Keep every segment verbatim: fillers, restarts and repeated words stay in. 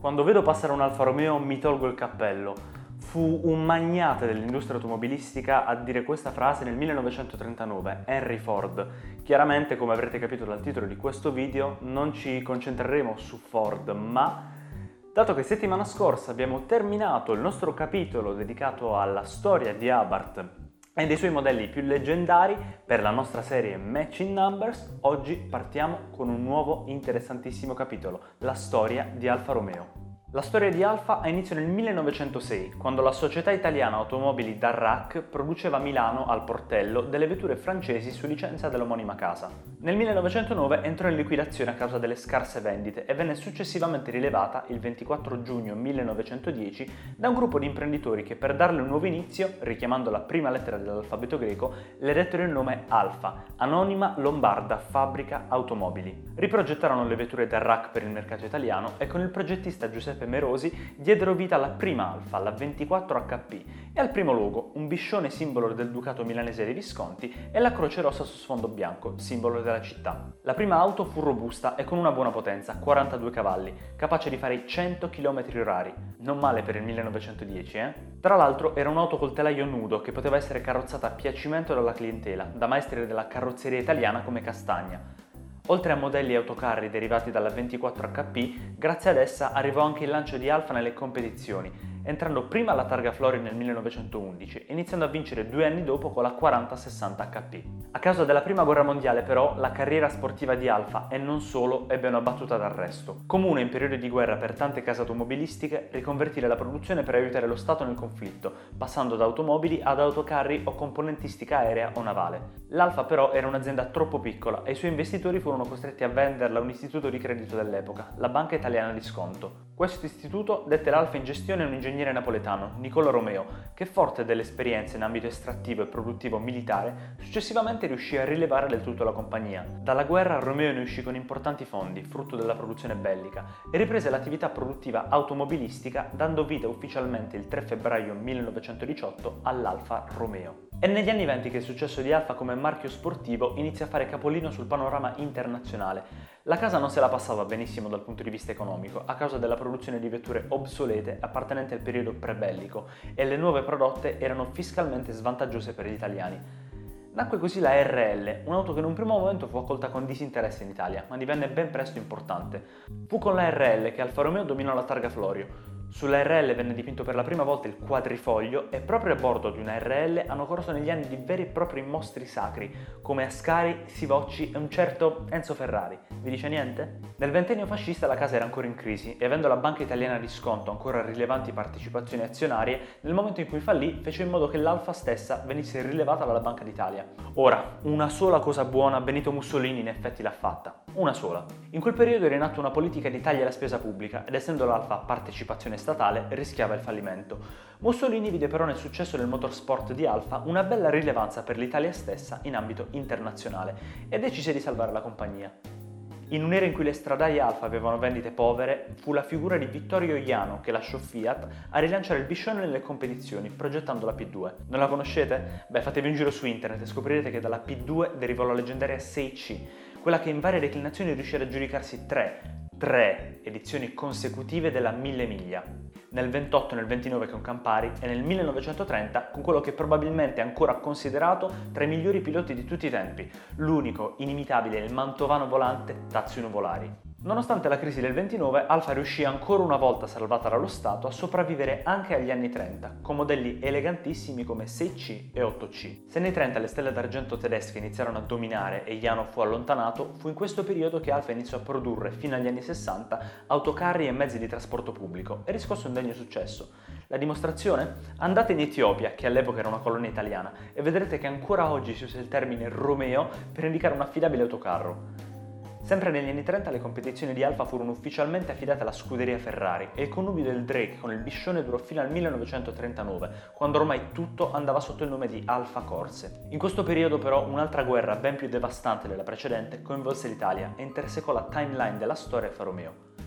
Quando vedo passare un Alfa Romeo mi tolgo il cappello. Fu un magnate dell'industria automobilistica a dire questa frase nel millenovecentotrentanove, Henry Ford. Chiaramente, come avrete capito dal titolo di questo video, non ci concentreremo su Ford, ma dato che settimana scorsa abbiamo terminato il nostro capitolo dedicato alla storia di Abarth e dei suoi modelli più leggendari per la nostra serie Matching Numbers, oggi partiamo con un nuovo interessantissimo capitolo, la storia di Alfa Romeo. La storia di Alfa ha inizio nel millenovecentosei, quando la società italiana automobili Darracq produceva a Milano, al Portello, delle vetture francesi su licenza dell'omonima casa. Nel millenovecentonove entrò in liquidazione a causa delle scarse vendite e venne successivamente rilevata, il ventiquattro giugno millenovecentodieci, da un gruppo di imprenditori che, per darle un nuovo inizio, richiamando la prima lettera dell'alfabeto greco, le dettero il nome Alfa, Anonima Lombarda Fabbrica Automobili. Riprogettarono le vetture Darracq per il mercato italiano e con il progettista Giuseppe Merosi diedero vita alla prima Alfa, la ventiquattro acca pi, e al primo logo, un biscione simbolo del ducato milanese dei Visconti e la croce rossa su sfondo bianco, simbolo della città. La prima auto fu robusta e con una buona potenza, quarantadue cavalli, capace di fare i cento chilometri orari. Non male per il millenovecentodieci, eh? Tra l'altro era un'auto col telaio nudo che poteva essere carrozzata a piacimento dalla clientela, da maestri della carrozzeria italiana come Castagna. Oltre a modelli e autocarri derivati dalla ventiquattro acca pi, grazie ad essa arrivò anche il lancio di Alfa nelle competizioni, entrando prima alla Targa Florio nel millenovecentoundici e iniziando a vincere due anni dopo con la quaranta sessanta acca pi. A causa della prima guerra mondiale però la carriera sportiva di Alfa, e non solo, ebbe una battuta d'arresto. Comune in periodi di guerra per tante case automobilistiche riconvertire la produzione per aiutare lo Stato nel conflitto, passando da automobili ad autocarri o componentistica aerea o navale. L'Alfa però era un'azienda troppo piccola e i suoi investitori furono costretti a venderla a un istituto di credito dell'epoca, la Banca Italiana di Sconto. Questo istituto dette l'Alfa in gestione a un ingegnere napoletano, Nicola Romeo, che, forte delle esperienze in ambito estrattivo e produttivo militare, successivamente riuscì a rilevare del tutto la compagnia. Dalla guerra Romeo ne uscì con importanti fondi, frutto della produzione bellica, e riprese l'attività produttiva automobilistica, dando vita ufficialmente il tre febbraio millenovecentodiciotto all'Alfa Romeo. È negli anni venti che il successo di Alfa come marchio sportivo inizia a fare capolino sul panorama internazionale. La casa non se la passava benissimo dal punto di vista economico a causa della produzione di vetture obsolete appartenenti al periodo prebellico, e le nuove prodotte erano fiscalmente svantaggiose per gli italiani. Nacque così la erre elle, un'auto che in un primo momento fu accolta con disinteresse in Italia, ma divenne ben presto importante. Fu con la erre elle che Alfa Romeo dominò la Targa Florio. Sulla erre elle venne dipinto per la prima volta il quadrifoglio e proprio a bordo di una erre elle hanno corso negli anni di veri e propri mostri sacri, come Ascari, Sivocci e un certo Enzo Ferrari. Vi dice niente? Nel ventennio fascista la casa era ancora in crisi e, avendo la Banca Italiana di Sconto ancora rilevanti partecipazioni azionarie, nel momento in cui fallì fece in modo che l'Alfa stessa venisse rilevata dalla Banca d'Italia. Ora, una sola cosa buona Benito Mussolini in effetti l'ha fatta. Una sola. In quel periodo era in atto una politica di tagli alla spesa pubblica ed, essendo l'Alfa partecipazione statale, rischiava il fallimento. Mussolini vide però nel successo del motorsport di Alfa una bella rilevanza per l'Italia stessa in ambito internazionale e decise di salvare la compagnia. In un'era in cui le stradaie Alfa avevano vendite povere, fu la figura di Vittorio Iano che lasciò Fiat a rilanciare il biscione nelle competizioni, progettando la pi due. Non la conoscete? Beh, fatevi un giro su internet e scoprirete che dalla pi due derivò la leggendaria sei ci, quella che in varie declinazioni riuscì ad aggiudicarsi tre, tre edizioni consecutive della mille miglia. Nel ventotto, nel ventinove con Campari e nel millenovecentotrenta con quello che probabilmente è ancora considerato tra i migliori piloti di tutti i tempi, l'unico, inimitabile, il mantovano volante Tazio Nuvolari. Nonostante la crisi del ventinove, Alfa riuscì ancora una volta, salvata dallo Stato, a sopravvivere anche agli anni trenta, con modelli elegantissimi come sei ci e otto ci. Se nei trenta le stelle d'argento tedesche iniziarono a dominare e Iano fu allontanato, fu in questo periodo che Alfa iniziò a produrre, fino agli anni sessanta, autocarri e mezzi di trasporto pubblico e riscosse un degno successo. La dimostrazione? Andate in Etiopia, che all'epoca era una colonia italiana, e vedrete che ancora oggi si usa il termine Romeo per indicare un affidabile autocarro. Sempre negli anni trenta le competizioni di Alfa furono ufficialmente affidate alla scuderia Ferrari e il connubio del Drake con il biscione durò fino al millenovecentotrentanove, quando ormai tutto andava sotto il nome di Alfa Corse. In questo periodo però un'altra guerra ben più devastante della precedente coinvolse l'Italia e intersecò la timeline della storia Alfa Romeo.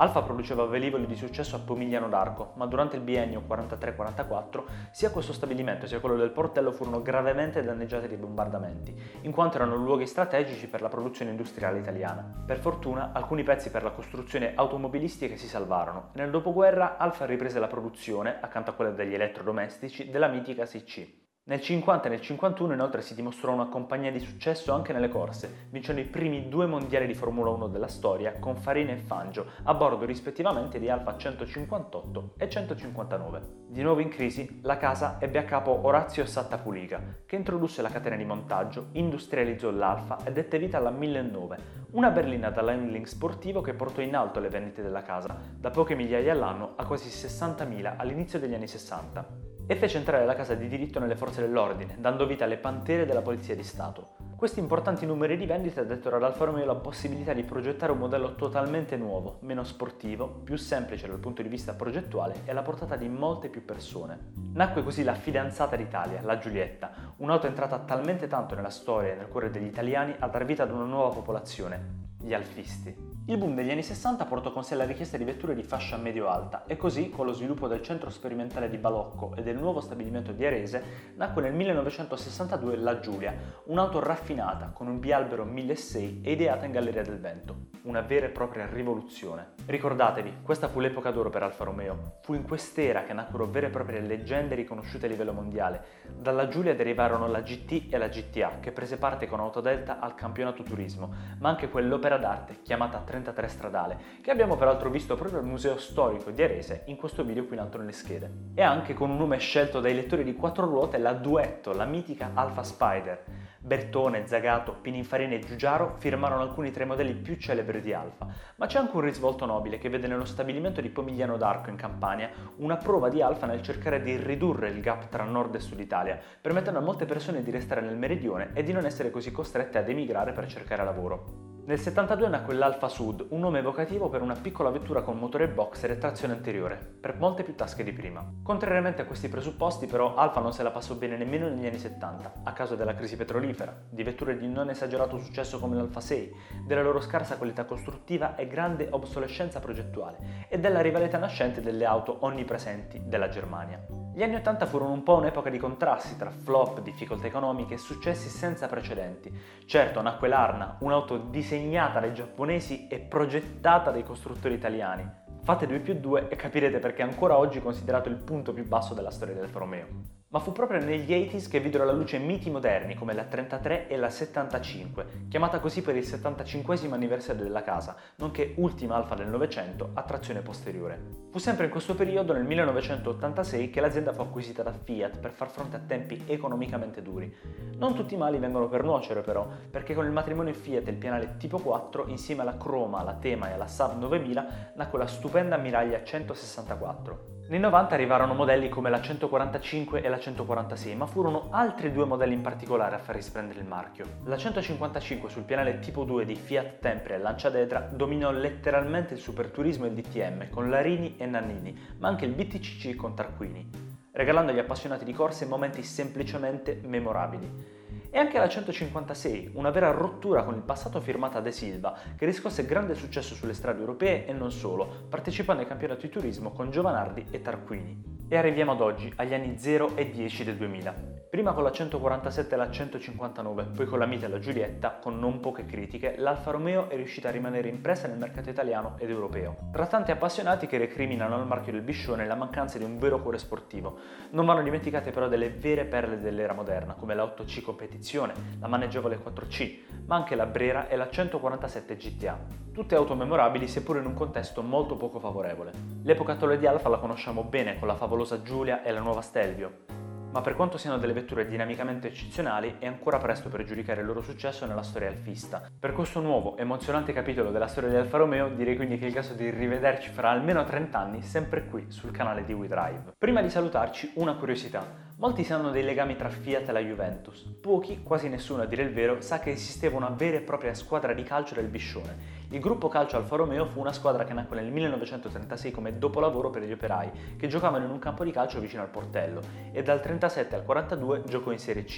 Alfa produceva velivoli di successo a Pomigliano d'Arco, ma durante il biennio quarantatré quarantaquattro sia questo stabilimento sia quello del portello furono gravemente danneggiati dai bombardamenti, in quanto erano luoghi strategici per la produzione industriale italiana. Per fortuna, alcuni pezzi per la costruzione automobilistica si salvarono e nel dopoguerra Alfa riprese la produzione, accanto a quella degli elettrodomestici, della mitica S C. Nel cinquanta e nel cinquantuno inoltre si dimostrò una compagnia di successo anche nelle corse, vincendo i primi due mondiali di Formula uno della storia con Farina e Fangio, a bordo rispettivamente di Alfa centocinquantotto e centocinquantanove. Di nuovo in crisi, la casa ebbe a capo Orazio Sattapuliga, che introdusse la catena di montaggio, industrializzò l'Alfa e dette vita alla mille nove, una berlina dall'handling sportivo che portò in alto le vendite della casa, da poche migliaia all'anno a quasi sessantamila all'inizio degli anni sessanta. E fece entrare la casa di diritto nelle forze dell'ordine, dando vita alle Pantere della Polizia di Stato. Questi importanti numeri di vendita dettero ad Alfa Romeo la possibilità di progettare un modello totalmente nuovo, meno sportivo, più semplice dal punto di vista progettuale e alla portata di molte più persone. Nacque così la fidanzata d'Italia, la Giulietta, un'auto entrata talmente tanto nella storia e nel cuore degli italiani a dar vita ad una nuova popolazione, gli alfisti. Il boom degli anni sessanta portò con sé la richiesta di vetture di fascia medio-alta e così, con lo sviluppo del centro sperimentale di Balocco e del nuovo stabilimento di Arese, nacque nel millenovecentosessantadue la Giulia, un'auto raffinata con un bialbero milleseicento e ideata in Galleria del Vento. Una vera e propria rivoluzione. Ricordatevi, questa fu l'epoca d'oro per Alfa Romeo. Fu in quest'era che nacquero vere e proprie leggende riconosciute a livello mondiale. Dalla Giulia derivarono la G T e la G T A, che prese parte con Autodelta al campionato turismo, ma anche quell'opera d'arte chiamata trentatré stradale, che abbiamo peraltro visto proprio al Museo Storico di Arese in questo video qui in alto nelle schede. E anche con un nome scelto dai lettori di quattro ruote, la Duetto, la mitica Alfa Spider. Bertone, Zagato, Pininfarina e Giugiaro firmarono alcuni tra i modelli più celebri di Alfa, ma c'è anche un risvolto nobile che vede nello stabilimento di Pomigliano d'Arco in Campania una prova di Alfa nel cercare di ridurre il gap tra nord e sud Italia, permettendo a molte persone di restare nel meridione e di non essere così costrette ad emigrare per cercare lavoro. Nel settantadue nacque l'Alfa Sud, un nome evocativo per una piccola vettura con motore boxer e trazione anteriore, per molte più tasche di prima. Contrariamente a questi presupposti, però, Alfa non se la passò bene nemmeno negli anni settanta, a causa della crisi petrolifera, di vetture di non esagerato successo come l'Alfa sei, della loro scarsa qualità costruttiva e grande obsolescenza progettuale, e della rivalità nascente delle auto onnipresenti della Germania. Gli anni ottanta furono un po' un'epoca di contrasti tra flop, difficoltà economiche e successi senza precedenti. Certo, nacque l'Arna, un'auto disegnata dai giapponesi e progettata dai costruttori italiani. Fate due più due e capirete perché è ancora oggi considerato il punto più basso della storia del Alfa Romeo. Ma fu proprio negli ottanta che videro alla luce miti moderni come la trentatré e la settantacinque, chiamata così per il settantacinquesimo anniversario della casa, nonché ultima Alfa del Novecento a trazione posteriore. Fu sempre in questo periodo, nel millenovecentottantasei, che l'azienda fu acquisita da Fiat per far fronte a tempi economicamente duri. Non tutti i mali vengono per nuocere però, perché con il matrimonio Fiat e il pianale Tipo quattro, insieme alla Croma, alla Tema e alla Saab novemila, nacque la stupenda Ammiraglia centosessantaquattro. Nei novanta arrivarono modelli come la centoquarantacinque e la centoquarantasei, ma furono altri due modelli in particolare a far risplendere il marchio. La centocinquantacinque sul pianale Tipo due di Fiat Tempra e Lanciadedra dominò letteralmente il superturismo e il D T M con Larini e Nannini, ma anche il B T C C con Tarquini, regalando agli appassionati di corse momenti semplicemente memorabili. E anche la centocinquantasei, una vera rottura con il passato firmata De Silva, che riscosse grande successo sulle strade europee e non solo, partecipando ai campionati di turismo con Giovanardi e Tarquini. E arriviamo ad oggi, agli anni zero e dieci del duemila. Prima con la centoquarantasette e la centocinquantanove, poi con la Mite e la Giulietta, con non poche critiche, l'Alfa Romeo è riuscita a rimanere impressa nel mercato italiano ed europeo. Tra tanti appassionati che recriminano al marchio del Biscione la mancanza di un vero cuore sportivo. Non vanno dimenticate però delle vere perle dell'era moderna, come la otto C Competizione, la maneggevole quattro C, ma anche la Brera e la centoquarantasette G T A. Tutte auto memorabili seppur in un contesto molto poco favorevole. L'epoca attuale di Alfa la conosciamo bene con la favolosa Giulia e la nuova Stelvio, ma per quanto siano delle vetture dinamicamente eccezionali è ancora presto per giudicare il loro successo nella storia alfista. Per questo nuovo, emozionante capitolo della storia di Alfa Romeo direi quindi che è il caso di rivederci fra almeno trenta anni sempre qui sul canale di WeDrive. Prima di salutarci una curiosità. Molti sanno dei legami tra Fiat e la Juventus, pochi, quasi nessuno a dire il vero, sa che esisteva una vera e propria squadra di calcio del Biscione. Il gruppo calcio Alfa Romeo fu una squadra che nacque nel millenovecentotrentasei come dopolavoro per gli operai, che giocavano in un campo di calcio vicino al portello, e dal trentasette al quarantadue giocò in Serie C.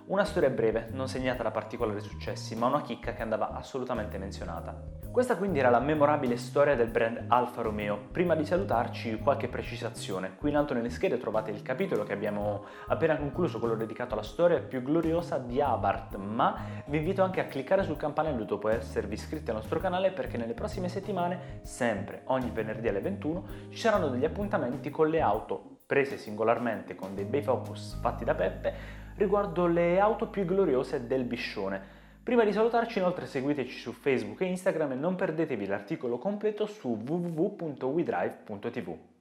Una storia breve, non segnata da particolari successi, ma una chicca che andava assolutamente menzionata. Questa quindi era la memorabile storia del brand Alfa Romeo. Prima di salutarci qualche precisazione. Qui in alto nelle schede trovate il capitolo che abbiamo appena concluso, quello dedicato alla storia più gloriosa di Abarth, ma vi invito anche a cliccare sul campanello dopo esservi iscritti al nostro canale, perché nelle prossime settimane, sempre ogni venerdì alle ventuno, ci saranno degli appuntamenti con le auto prese singolarmente con dei bei focus fatti da Peppe riguardo le auto più gloriose del Biscione. Prima di salutarci inoltre seguiteci su Facebook e Instagram e non perdetevi l'articolo completo su w w w punto wedrive punto t v.